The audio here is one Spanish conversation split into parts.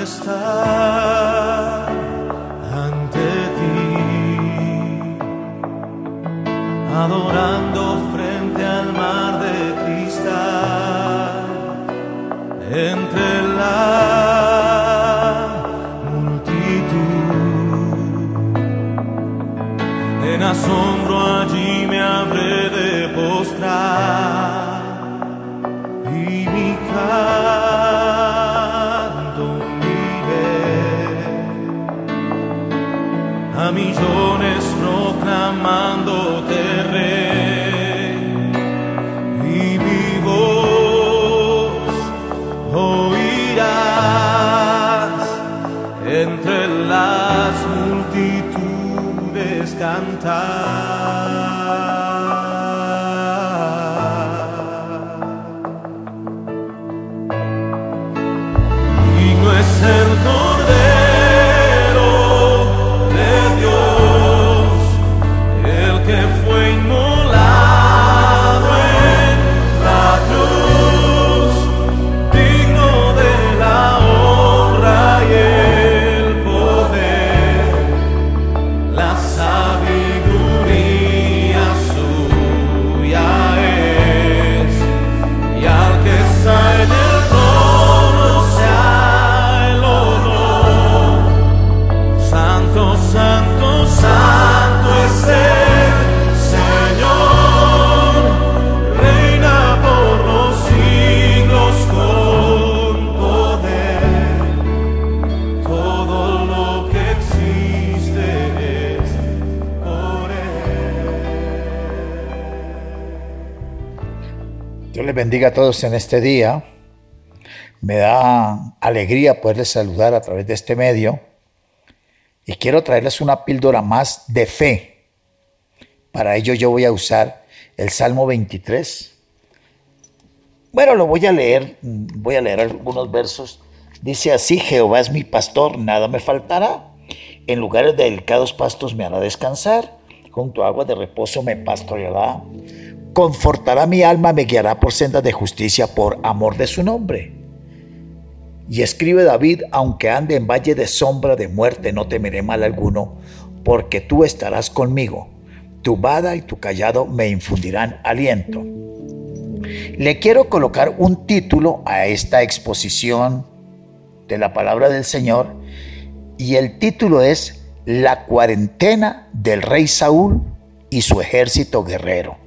estar ante ti, adorando frente al mar de cristal, entre la multitud. En asombro allí me habré de postrar y mi canto uniré a millones proclamándote Rey, y mi voz oirás entre las multitudes cantar. Digno es el Cordero de Dios, el que fue inmolado en la cruz, digno de la honra y el poder, la sabiduría suya es, y al que está en el trono sea el honor. Santo, santo, santo es el Señor, reina por los siglos con poder. Todo lo que existe es por Él. Dios les bendiga a todos en este día. Me da alegría poderles saludar a través de este medio y quiero traerles una píldora más de fe. Para ello yo voy a usar el Salmo 23. Bueno, lo voy a leer algunos versos. Dice así: Jehová es mi pastor, nada me faltará. En lugares de delicados pastos me hará descansar, junto a aguas de reposo me pastoreará. Confortará mi alma, me guiará por sendas de justicia por amor de su nombre. Y escribe David: aunque ande en valle de sombra de muerte, no temeré mal alguno, porque tú estarás conmigo. Tu vara y tu cayado me infundirán aliento. Le quiero colocar un título a esta exposición de la palabra del Señor, y el título es La cuarentena del rey Saúl y su ejército guerrero.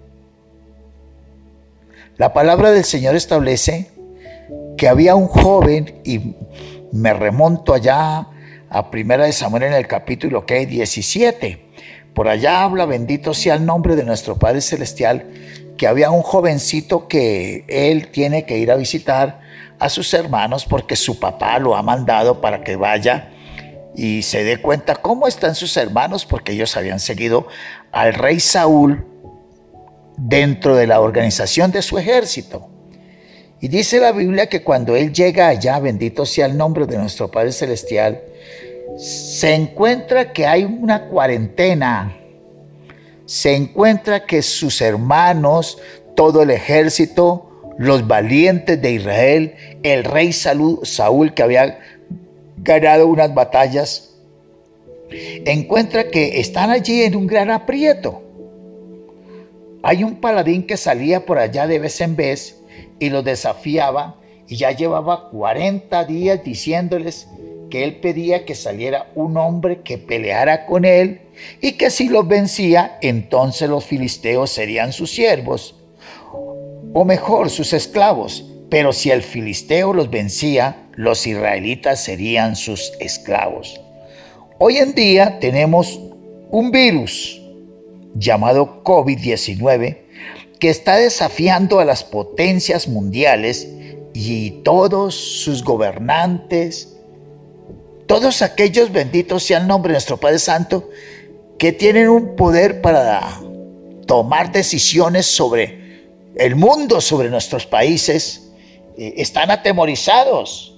La palabra del Señor establece que había un joven, y me remonto allá a 1 Samuel en el capítulo 17. Por allá habla, bendito sea el nombre de nuestro Padre Celestial, que había un jovencito que él tiene que ir a visitar a sus hermanos porque su papá lo ha mandado para que vaya y se dé cuenta cómo están sus hermanos, porque ellos habían seguido al rey Saúl dentro de la organización de su ejército. Y dice la Biblia que cuando él llega allá, bendito sea el nombre de nuestro Padre Celestial, se encuentra que hay una cuarentena. Se encuentra que sus hermanos, todo el ejército, los valientes de Israel, el rey Saúl, que había ganado unas batallas, encuentra que están allí en un gran aprieto. Hay un paladín que salía por allá de vez en vez y los desafiaba, y ya llevaba 40 días diciéndoles que él pedía que saliera un hombre que peleara con él, y que si los vencía, entonces los filisteos serían sus siervos, o mejor, sus esclavos. Pero si el filisteo los vencía, los israelitas serían sus esclavos. Hoy en día tenemos un virus llamado COVID-19 que está desafiando a las potencias mundiales y todos sus gobernantes, todos aquellos, benditos sea el nombre de nuestro Padre Santo, que tienen un poder para tomar decisiones sobre el mundo, sobre nuestros países, están atemorizados.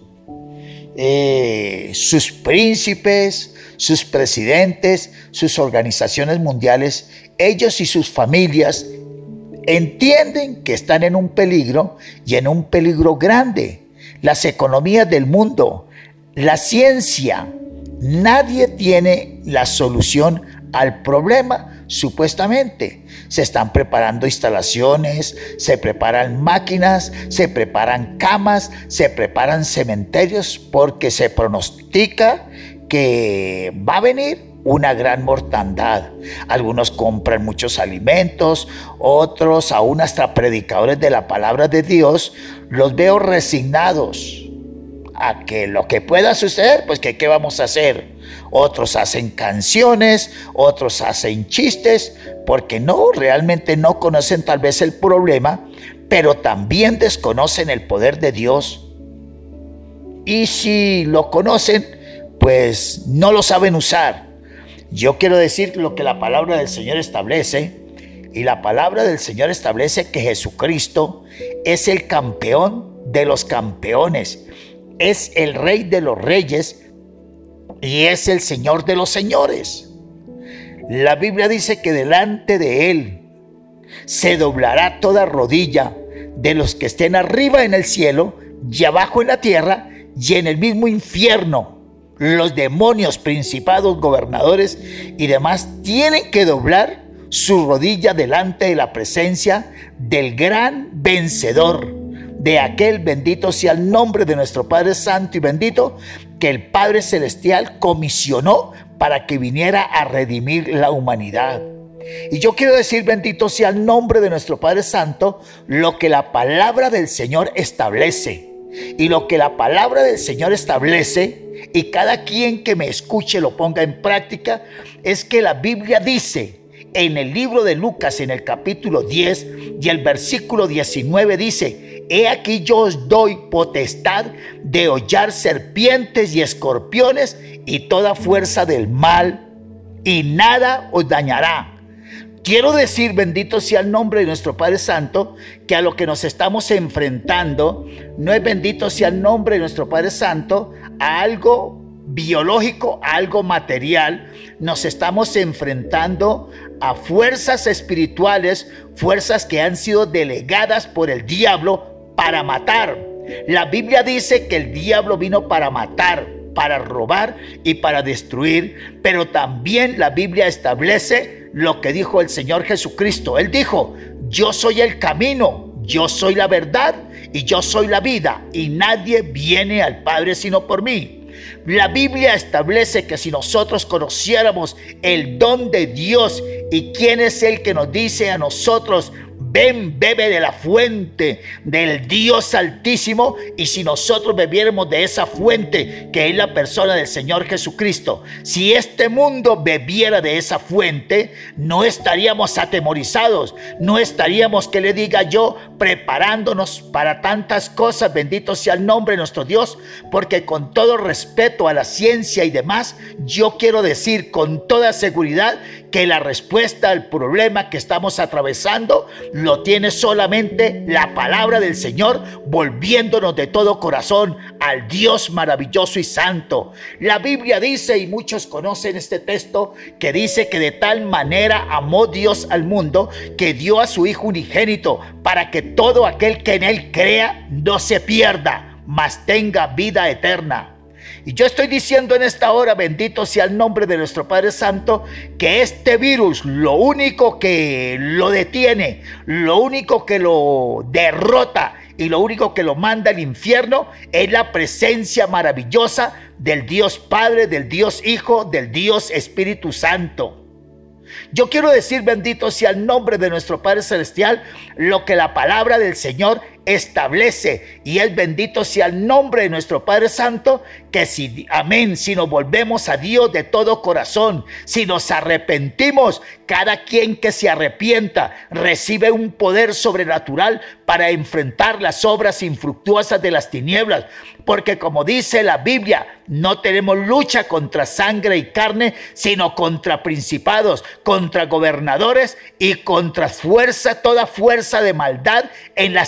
Sus príncipes, sus presidentes, sus organizaciones mundiales, ellos y sus familias entienden que están en un peligro, y en un peligro grande. Las economías del mundo La ciencia, nadie tiene la solución al problema, supuestamente. Se están preparando instalaciones, se preparan máquinas, se preparan camas, se preparan cementerios, porque se pronostica que va a venir una gran mortandad. Algunos compran muchos alimentos, otros, aún hasta predicadores de la palabra de Dios, los veo resignados a que lo que pueda suceder, pues que qué vamos a hacer. Otros hacen canciones, otros hacen chistes, porque realmente no conocen tal vez el problema, pero también desconocen el poder de Dios. Y si lo conocen, pues no lo saben usar. Yo quiero decir lo que la palabra del Señor establece, y la palabra del Señor establece que Jesucristo es el campeón de los campeones, es el Rey de los reyes y es el Señor de los señores. La Biblia dice que delante de Él se doblará toda rodilla de los que estén arriba en el cielo y abajo en la tierra y en el mismo infierno. Los demonios, principados, gobernadores y demás tienen que doblar su rodilla delante de la presencia del gran vencedor, de aquel, bendito sea el nombre de nuestro Padre Santo y bendito, que el Padre Celestial comisionó para que viniera a redimir la humanidad. Y yo quiero decir, bendito sea el nombre de nuestro Padre Santo, lo que la palabra del Señor establece. Y lo que la palabra del Señor establece, y cada quien que me escuche lo ponga en práctica, es que la Biblia dice en el libro de Lucas, en el capítulo 10 y el versículo 19 dice: he aquí yo os doy potestad de hollar serpientes y escorpiones y toda fuerza del mal, y nada os dañará. Quiero decir, bendito sea el nombre de nuestro Padre Santo, que a lo que nos estamos enfrentando no es, bendito sea el nombre de nuestro Padre Santo, a algo biológico, a algo material. Nos estamos enfrentando a fuerzas espirituales, fuerzas que han sido delegadas por el diablo para matar. La Biblia dice que el diablo vino para matar, para robar y para destruir, pero también la Biblia establece lo que dijo el Señor Jesucristo. Él dijo: yo soy el camino, yo soy la verdad y yo soy la vida, y nadie viene al Padre sino por mí. La Biblia establece que si nosotros conociéramos el don de Dios y quién es el que nos dice a nosotros: ven, bebe de la fuente del Dios Altísimo, y si nosotros bebiéramos de esa fuente que es la persona del Señor Jesucristo, si este mundo bebiera de esa fuente, no estaríamos atemorizados, no estaríamos, que le diga yo, preparándonos para tantas cosas. Bendito sea el nombre de nuestro Dios, porque con todo respeto a la ciencia y demás, yo quiero decir con toda seguridad que la respuesta al problema que estamos atravesando lo tiene solamente la palabra del Señor, volviéndonos de todo corazón al Dios maravilloso y santo. La Biblia dice, y muchos conocen este texto, que dice que de tal manera amó Dios al mundo que dio a su Hijo unigénito, para que todo aquel que en Él crea no se pierda, mas tenga vida eterna. Y yo estoy diciendo en esta hora, bendito sea el nombre de nuestro Padre Santo, que este virus, lo único que lo detiene, lo único que lo derrota y lo único que lo manda al infierno es la presencia maravillosa del Dios Padre, del Dios Hijo, del Dios Espíritu Santo. Yo quiero decir, bendito sea el nombre de nuestro Padre Celestial, lo que la palabra del Señor establece, y es, bendito sea el nombre de nuestro Padre Santo, que si, amén, si nos volvemos a Dios de todo corazón, si nos arrepentimos, cada quien que se arrepienta recibe un poder sobrenatural para enfrentar las obras infructuosas de las tinieblas, porque como dice la Biblia, no tenemos lucha contra sangre y carne, sino contra principados, contra gobernadores y contra toda fuerza de maldad en las tinieblas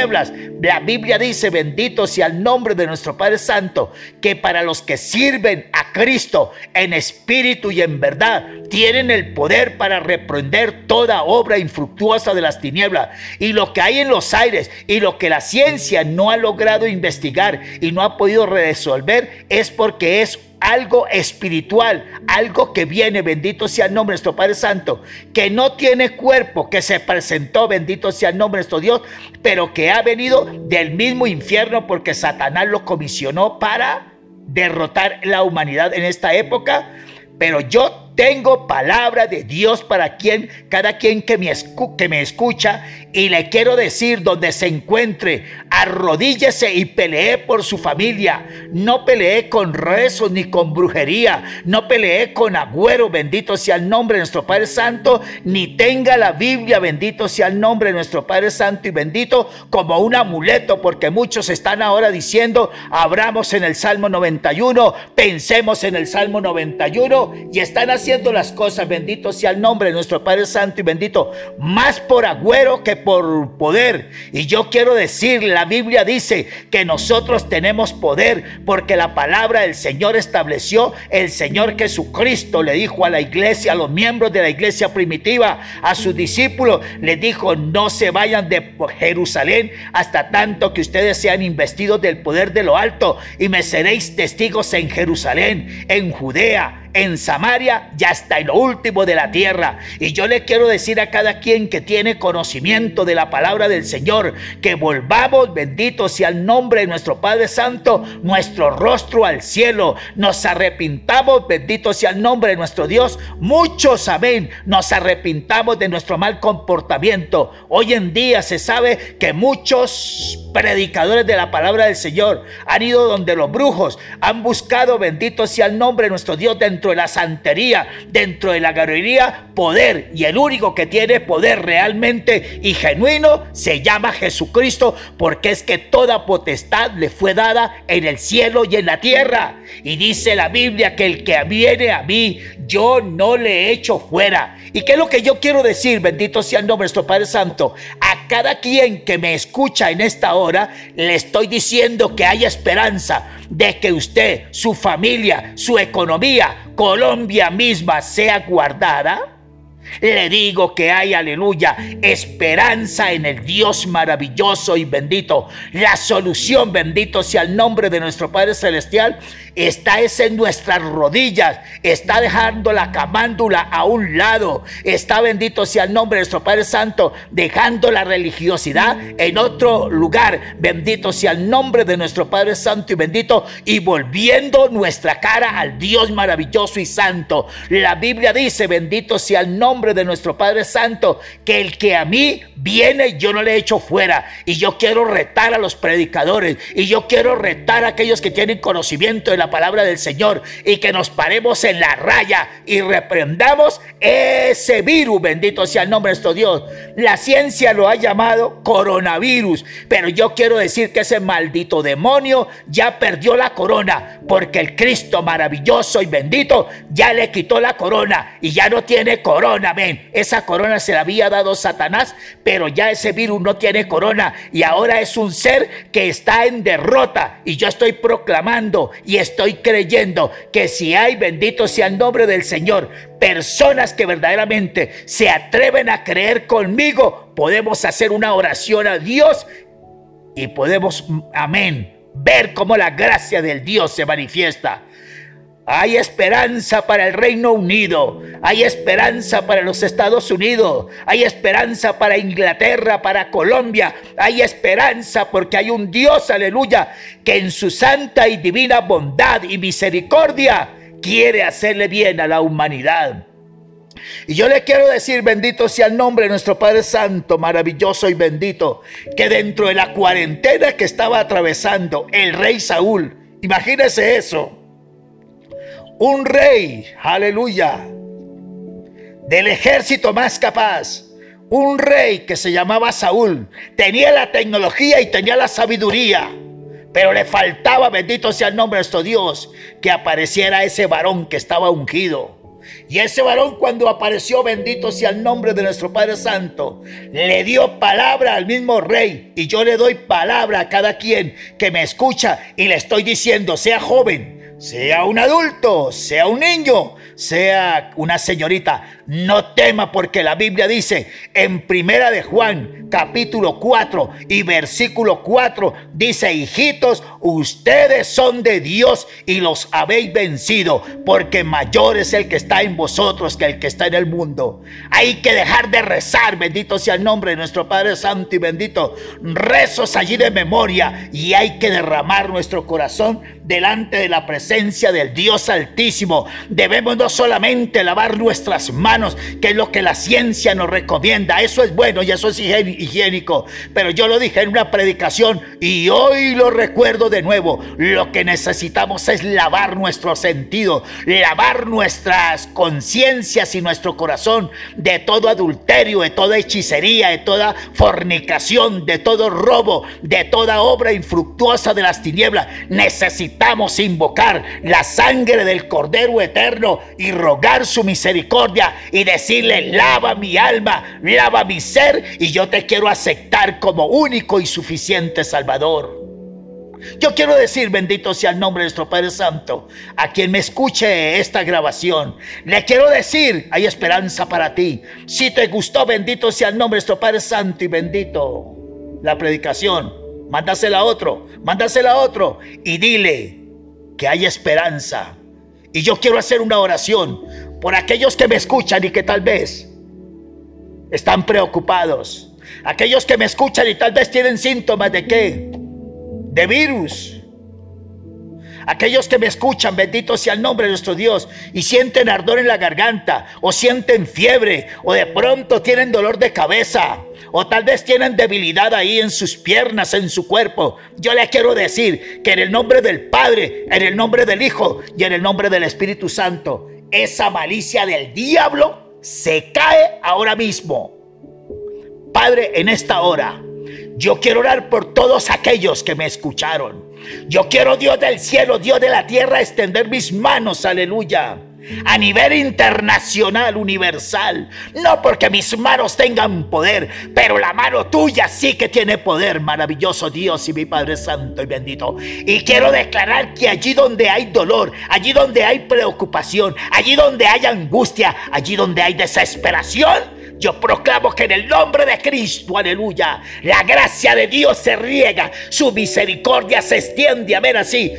tinieblas. La Biblia dice, bendito sea el nombre de nuestro Padre Santo, que para los que sirven a Cristo en espíritu y en verdad, tienen el poder para reprender toda obra infructuosa de las tinieblas. Y lo que hay en los aires y lo que la ciencia no ha logrado investigar y no ha podido resolver, es porque es algo espiritual, algo que viene, bendito sea el nombre de nuestro Padre Santo, que no tiene cuerpo, que se presentó, bendito sea el nombre de nuestro Dios, pero que ha venido del mismo infierno porque Satanás lo comisionó para derrotar la humanidad en esta época. Pero yo tengo palabra de Dios para cada quien que me escucha, y le quiero decir, donde se encuentre, arrodíllese y pelee por su familia. No pelee con rezos ni con brujería, no pelee con agüero, bendito sea el nombre de nuestro Padre Santo, ni tenga la Biblia, bendito sea el nombre de nuestro Padre Santo y bendito, como un amuleto, porque muchos están ahora diciendo, abramos en el Salmo 91, pensemos en el Salmo 91, y están haciendo las cosas, bendito sea el nombre de nuestro Padre Santo y bendito, más por agüero que por poder. Y yo quiero decir, la Biblia dice que nosotros tenemos poder, porque la palabra del Señor estableció, el Señor Jesucristo le dijo a la iglesia, a los miembros de la iglesia primitiva, a sus discípulos, les dijo, no se vayan de Jerusalén hasta tanto que ustedes sean investidos del poder de lo alto, y me seréis testigos en Jerusalén, en Judea, en Samaria y hasta en lo último de la tierra. Y yo le quiero decir a cada quien que tiene conocimiento de la palabra del Señor, que volvamos, bendito sea el nombre de nuestro Padre Santo, nuestro rostro al cielo, nos arrepintamos, bendito sea el nombre de nuestro Dios. Muchos, amén, nos arrepintamos de nuestro mal comportamiento. Hoy en día se sabe que muchos predicadores de la palabra del Señor han ido donde los brujos, han buscado, bendito sea el nombre de nuestro Dios, dentro de la santería, dentro de la garrería, poder, y el único que tiene poder realmente y genuino se llama Jesucristo, porque es que toda potestad le fue dada en el cielo y en la tierra. Y dice la Biblia que el que viene a mí, yo no le echo fuera. ¿Y qué es lo que yo quiero decir? Bendito sea el nombre de nuestro Padre Santo. A cada quien que me escucha en esta hora, le estoy diciendo que hay esperanza de que usted, su familia, su economía, Colombia misma sea guardada. Le digo que hay, aleluya, esperanza en el Dios maravilloso y bendito. La solución, bendito sea el nombre de nuestro Padre Celestial, está en nuestras rodillas, está dejando la camándula a un lado, está, bendito sea el nombre de nuestro Padre Santo, dejando la religiosidad en otro lugar, bendito sea el nombre de nuestro Padre Santo y bendito, y volviendo nuestra cara al Dios maravilloso y santo. La Biblia dice, bendito sea el nombre de nuestro Padre Santo, que el que a mí viene, yo no le echo fuera. Y yo quiero retar a los predicadores, y yo quiero retar a aquellos que tienen conocimiento de la palabra del Señor, y que nos paremos en la raya y reprendamos ese virus, bendito sea el nombre de nuestro Dios. La ciencia lo ha llamado coronavirus, pero yo quiero decir que ese maldito demonio ya perdió la corona, porque el Cristo maravilloso y bendito ya le quitó la corona y ya no tiene corona. Amén. Esa corona se la había dado Satanás, pero ya ese virus no tiene corona, y ahora es un ser que está en derrota. Y yo estoy proclamando y estoy creyendo que si hay, bendito sea el nombre del Señor, personas que verdaderamente se atreven a creer conmigo, podemos hacer una oración a Dios y podemos, amén, ver cómo la gracia del Dios se manifiesta. Hay esperanza para el Reino Unido, hay esperanza para los Estados Unidos, hay esperanza para Inglaterra, para Colombia, hay esperanza porque hay un Dios, aleluya, que en su santa y divina bondad y misericordia quiere hacerle bien a la humanidad. Y yo le quiero decir, bendito sea el nombre de nuestro Padre Santo, maravilloso y bendito, que dentro de la cuarentena que estaba atravesando el rey Saúl, imagínese eso, un rey, aleluya, del ejército más capaz, un rey que se llamaba Saúl, tenía la tecnología y tenía la sabiduría, pero le faltaba, bendito sea el nombre de nuestro Dios, que apareciera ese varón que estaba ungido. Y ese varón, cuando apareció, bendito sea el nombre de nuestro Padre Santo, le dio palabra al mismo rey. Y yo le doy palabra a cada quien que me escucha y le estoy diciendo, sea joven, sea un adulto, sea un niño, sea una señorita, no tema, porque la Biblia dice en Primera de Juan, capítulo 4 y versículo 4, dice: hijitos, ustedes son de Dios y los habéis vencido, porque mayor es el que está en vosotros que el que está en el mundo. Hay que dejar de rezar, bendito sea el nombre de nuestro Padre Santo y bendito, rezos allí de memoria, y hay que derramar nuestro corazón delante de la presencia del Dios Altísimo. Debemos no solamente lavar nuestras manos, que es lo que la ciencia nos recomienda, eso es bueno y eso es higiénico, pero yo lo dije en una predicación y hoy lo recuerdo de nuevo: lo que necesitamos es lavar nuestro sentido, lavar nuestras conciencias y nuestro corazón de todo adulterio, de toda hechicería, de toda fornicación, de todo robo, de toda obra infructuosa de las tinieblas. Necesitamos invocar la sangre del Cordero Eterno y rogar su misericordia y decirle: lava mi alma, lava mi ser, y yo te quiero aceptar como único y suficiente Salvador. Yo quiero decir, bendito sea el nombre de nuestro Padre Santo, a quien me escuche esta grabación, le quiero decir: hay esperanza para ti. Si te gustó, bendito sea el nombre de nuestro Padre Santo y bendito, la predicación, mándasela a otro y dile que hay esperanza. Y yo quiero hacer una oración por aquellos que me escuchan y que tal vez están preocupados. Aquellos que me escuchan y tal vez tienen síntomas de ¿qué? De virus. Aquellos que me escuchan, bendito sea el nombre de nuestro Dios, y sienten ardor en la garganta, o sienten fiebre, o de pronto tienen dolor de cabeza, o tal vez tienen debilidad ahí en sus piernas, en su cuerpo. Yo le quiero decir que en el nombre del Padre, en el nombre del Hijo y en el nombre del Espíritu Santo, esa malicia del diablo se cae ahora mismo. Padre, en esta hora yo quiero orar por todos aquellos que me escucharon. Yo quiero, Dios del cielo, Dios de la tierra, extender mis manos, aleluya, a nivel internacional, universal. No porque mis manos tengan poder, pero la mano tuya sí que tiene poder, maravilloso Dios y mi Padre Santo y bendito. Y quiero declarar que allí donde hay dolor, allí donde hay preocupación, allí donde hay angustia, allí donde hay desesperación, yo proclamo que en el nombre de Cristo, aleluya, la gracia de Dios se riega, su misericordia se extiende, amén, así.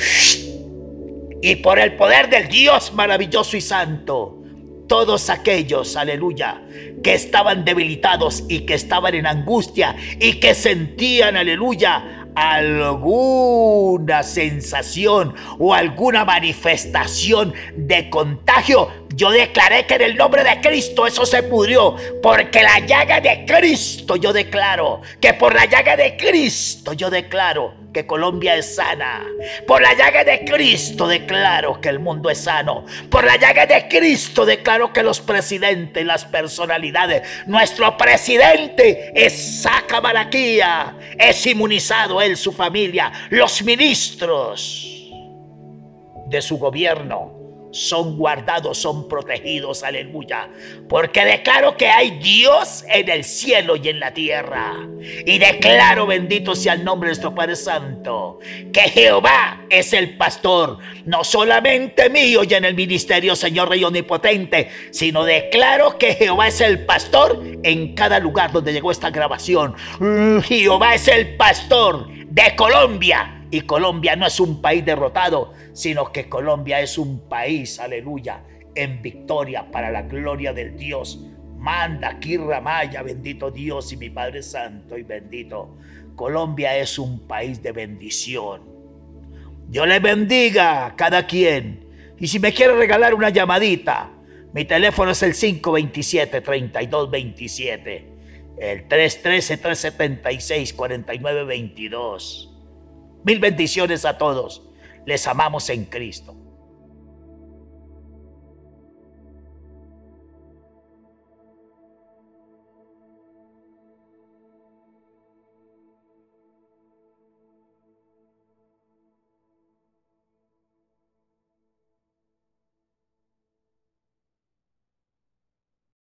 Y por el poder del Dios maravilloso y santo, todos aquellos, aleluya, que estaban debilitados y que estaban en angustia y que sentían, aleluya, alguna sensación o alguna manifestación de contagio, yo declaré que en el nombre de Cristo eso se pudrió, porque la llaga de Cristo, yo declaro que por la llaga de Cristo yo declaro que Colombia es sana. Por la llaga de Cristo declaro que el mundo es sano. Por la llaga de Cristo declaro que los presidentes, las personalidades, nuestro presidente es Saca Malaquía, es inmunizado él, su familia, los ministros de su gobierno son guardados, son protegidos, aleluya, porque declaro que hay Dios en el cielo y en la tierra, y declaro, bendito sea el nombre de nuestro Padre Santo, que Jehová es el pastor, no solamente mío y en el ministerio, Señor Rey Omnipotente, sino declaro que Jehová es el pastor en cada lugar donde llegó esta grabación. Jehová es el pastor de Colombia. Y Colombia no es un país derrotado, sino que Colombia es un país, aleluya, en victoria para la gloria del Dios. Manda Kirra Maya, bendito Dios y mi Padre Santo y bendito. Colombia es un país de bendición. Dios les bendiga a cada quien. Y si me quiere regalar una llamadita, mi teléfono es el 527-3227, el 313-376-4922. Mil bendiciones a todos. Les amamos en Cristo.